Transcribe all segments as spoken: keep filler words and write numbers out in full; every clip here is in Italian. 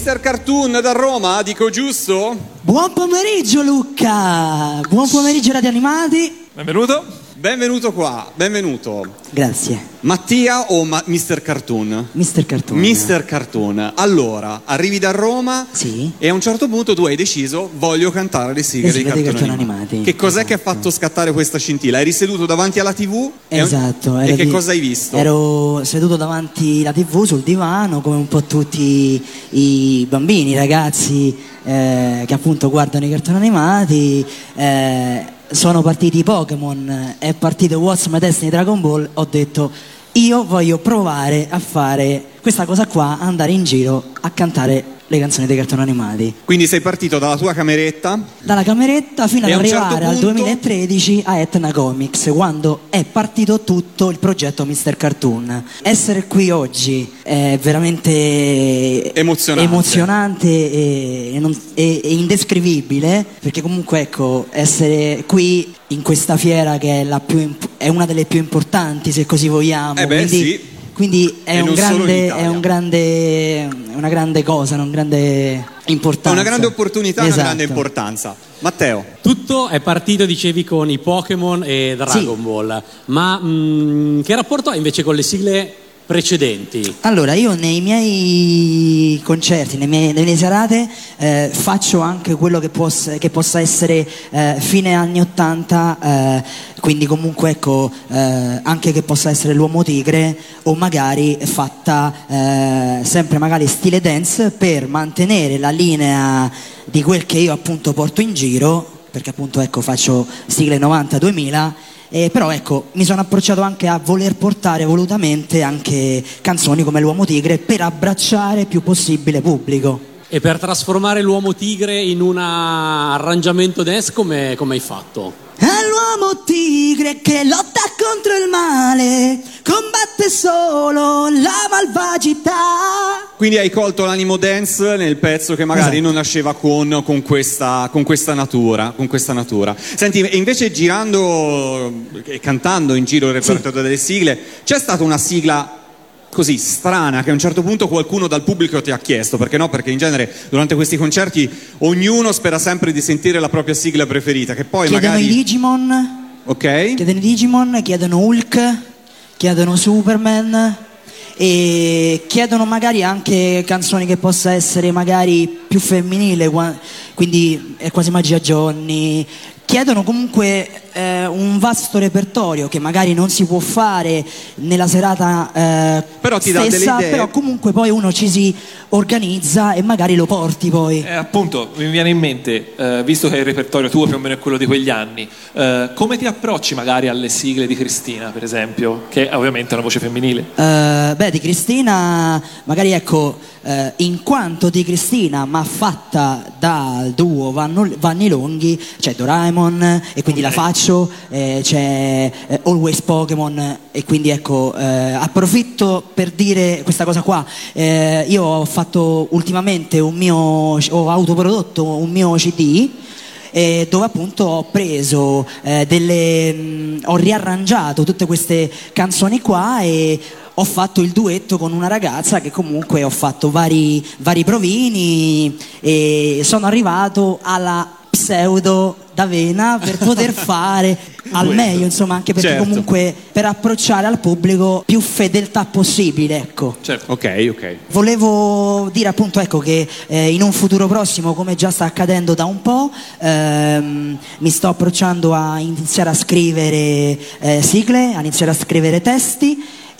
mister Cartoon da Roma, dico giusto? Buon pomeriggio Luca, buon pomeriggio Radio Animati. Benvenuto. Benvenuto qua, benvenuto. Grazie. Mattia o ma- mister Cartoon? mister Cartoon. mister Cartoon. Allora, arrivi da Roma, sì, e a un certo punto tu hai deciso voglio cantare le sigle, le dei sigle cartoni, dei cartoni animati. animati. Che cos'è Esatto. che ha fatto scattare questa scintilla? Eri seduto davanti alla tivù? Esatto. E, un... e che di... cosa hai visto? Ero seduto davanti alla tivù sul divano come un po' tutti i bambini, i ragazzi eh, che appunto guardano i cartoni animati. Eh, sono partiti i Pokémon, è partito What's My Destiny Dragon Ball, ho detto io voglio provare a fare questa cosa qua, andare in giro a cantare le canzoni dei cartoni animati. Quindi sei partito dalla tua cameretta? Dalla cameretta fino ad e arrivare certo al punto... duemilatredici a Etna Comics, quando è partito tutto il progetto mister Cartoon. Essere qui oggi è veramente emozionante, emozionante e, e, non, e, e indescrivibile, perché comunque ecco, essere qui in questa fiera che è, la più, è una delle più importanti, se così vogliamo. Eh beh, quindi, sì. Quindi è, un grande, è un grande, una grande cosa, una grande importanza. È una grande opportunità, esatto. Una grande importanza. Matteo. Tutto è partito, dicevi, con i Pokémon e Dragon sì. Ball, ma mh, che rapporto hai invece con le sigle precedenti? Allora, io nei miei concerti, nei miei, nelle mie serate eh, faccio anche quello che, possa, che possa essere eh, fine anni ottanta, eh, quindi comunque ecco eh, anche che possa essere l'Uomo Tigre, o magari fatta eh, sempre magari stile dance, per mantenere la linea di quel che io appunto porto in giro, perché appunto ecco faccio sigle novanta duemila. Eh, però ecco, mi sono approcciato anche a voler portare volutamente anche canzoni come l'Uomo Tigre per abbracciare più possibile pubblico. E per trasformare l'Uomo Tigre in un arrangiamento dance come, come hai fatto? È l'Uomo Tigre che lotta contro il male, combatte solo la malvagità. Quindi hai colto l'animo dance nel pezzo che magari esatto. non nasceva con, con, questa, con questa natura, con questa natura. Senti, e invece girando e cantando in giro il repertorio sì. delle sigle, c'è stata una sigla così strana che a un certo punto qualcuno dal pubblico ti ha chiesto, perché no? Perché in genere durante questi concerti ognuno spera sempre di sentire la propria sigla preferita, che poi chiedono magari... i Digimon, ok? Chiedono i Digimon, chiedono Hulk, chiedono Superman e chiedono magari anche canzoni che possa essere magari più femminile, quindi è quasi Magia Johnny. Chiedono comunque eh, un vasto repertorio che magari non si può fare nella serata eh, però ti stessa, dà delle idee. Però comunque poi uno ci si organizza e magari lo porti poi. Eh, appunto, mi viene in mente, eh, visto che il repertorio tuo più o meno è quello di quegli anni, eh, come ti approcci magari alle sigle di Cristina, per esempio, che ovviamente è una voce femminile? Uh, beh, di Cristina, magari ecco, uh, in quanto di Cristina, ma fatta dal duo Vanno, Vanni Longhi, c'è Doraemon e quindi okay. la faccio, eh, c'è eh, Always Pokémon e quindi ecco, eh, approfitto per dire questa cosa qua. Eh, io ho fatto ultimamente un mio, ho autoprodotto un mio C D eh, dove appunto ho preso eh, delle, mh, ho riarrangiato tutte queste canzoni qua e ho fatto il duetto con una ragazza che comunque ho fatto vari, vari provini e sono arrivato alla pseudo d'avena per poter fare al meglio, insomma, anche perché certo. comunque per approcciare al pubblico più fedeltà possibile, ecco. Certo. Ok, ok. Volevo dire appunto ecco che eh, in un futuro prossimo, come già sta accadendo da un po', ehm, mi sto approcciando a iniziare a scrivere eh, sigle, a iniziare a scrivere testi.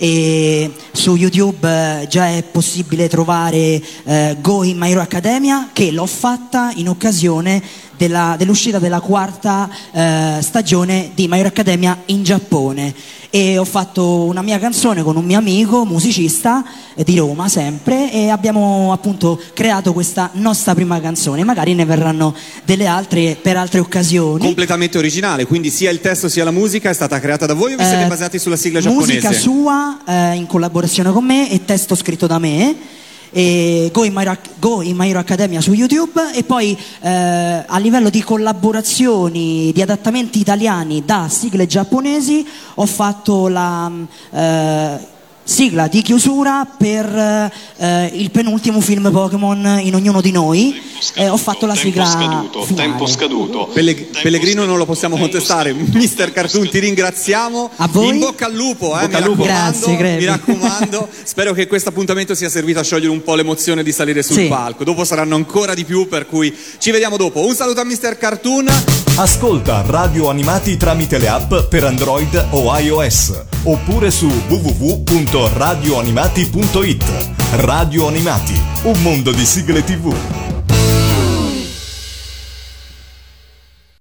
E su YouTube eh, già è possibile trovare eh, Go in My Hero Academia, che l'ho fatta in occasione della, dell'uscita della quarta eh, stagione di My Hero Academia in Giappone, e ho fatto una mia canzone con un mio amico musicista eh, di Roma sempre, e abbiamo appunto creato questa nostra prima canzone. Magari ne verranno delle altre per altre occasioni. Completamente originale, quindi sia il testo sia la musica è stata creata da voi o vi siete eh, basati sulla sigla giapponese? Musica sua eh, in collaborazione con me e testo scritto da me. E Go in My Hero, Go in My Hero Academia su YouTube, e poi eh, a livello di collaborazioni, di adattamenti italiani da sigle giapponesi ho fatto la, eh, sigla di chiusura per eh, il penultimo film Pokémon in ognuno di noi. Eh, ho fatto la sigla scaduto, finale. tempo scaduto. Pelleg- Pellegrino non lo possiamo contestare. mister Cartoon, ti ringraziamo. A voi. In bocca al lupo, eh, Bocca mi al lupo. raccomando. Grazie, Grevi. Mi raccomando. Spero che questo appuntamento sia servito a sciogliere un po' l'emozione di salire sul Sì. palco. Dopo saranno ancora di più, per cui ci vediamo dopo. Un saluto a mister Cartoon. Ascolta Radio Animati tramite le app per Android o iOS oppure su w w w punto radio animati punto it. Radio Animati, un mondo di sigle tivù.